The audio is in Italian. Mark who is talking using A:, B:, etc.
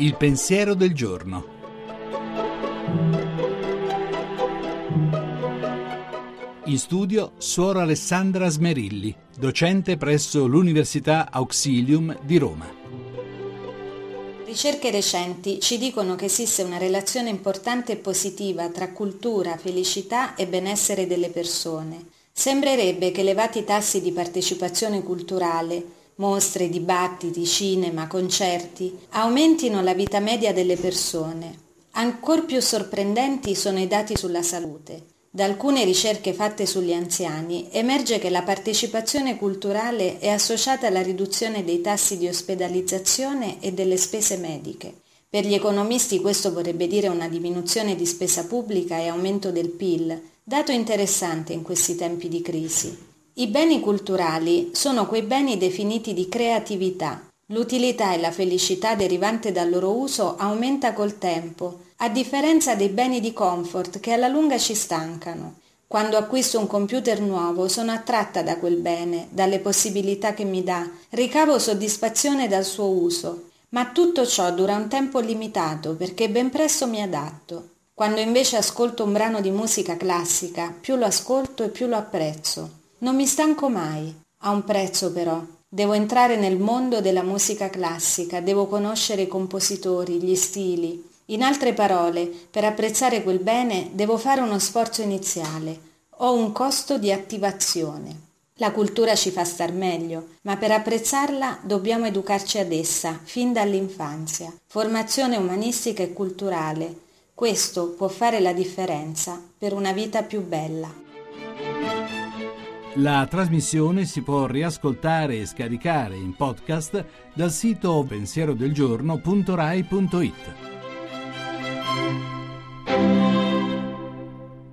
A: Il pensiero del giorno. In studio Suor Alessandra Smerilli, docente presso l'Università Auxilium di Roma.
B: Ricerche recenti ci dicono che esiste una relazione importante e positiva tra cultura, felicità e benessere delle persone. Sembrerebbe che elevati tassi di partecipazione culturale, mostre, dibattiti, cinema, concerti, aumentino la vita media delle persone. Ancor più sorprendenti sono i dati sulla salute. Da alcune ricerche fatte sugli anziani emerge che la partecipazione culturale è associata alla riduzione dei tassi di ospedalizzazione e delle spese mediche. Per gli economisti questo vorrebbe dire una diminuzione di spesa pubblica e aumento del PIL, dato interessante in questi tempi di crisi. I beni culturali sono quei beni definiti di creatività. L'utilità e la felicità derivante dal loro uso aumenta col tempo, a differenza dei beni di comfort che alla lunga ci stancano. Quando acquisto un computer nuovo sono attratta da quel bene, dalle possibilità che mi dà, ricavo soddisfazione dal suo uso, ma tutto ciò dura un tempo limitato perché ben presto mi adatto. Quando invece ascolto un brano di musica classica, più lo ascolto e più lo apprezzo. Non mi stanco mai, ha un prezzo però. Devo entrare nel mondo della musica classica, devo conoscere i compositori, gli stili. In altre parole, per apprezzare quel bene devo fare uno sforzo iniziale. Ho un costo di attivazione. La cultura ci fa star meglio, ma per apprezzarla dobbiamo educarci ad essa, fin dall'infanzia. Formazione umanistica e culturale. Questo può fare la differenza per una vita più bella.
A: La trasmissione si può riascoltare e scaricare in podcast dal sito pensierodelgiorno.rai.it.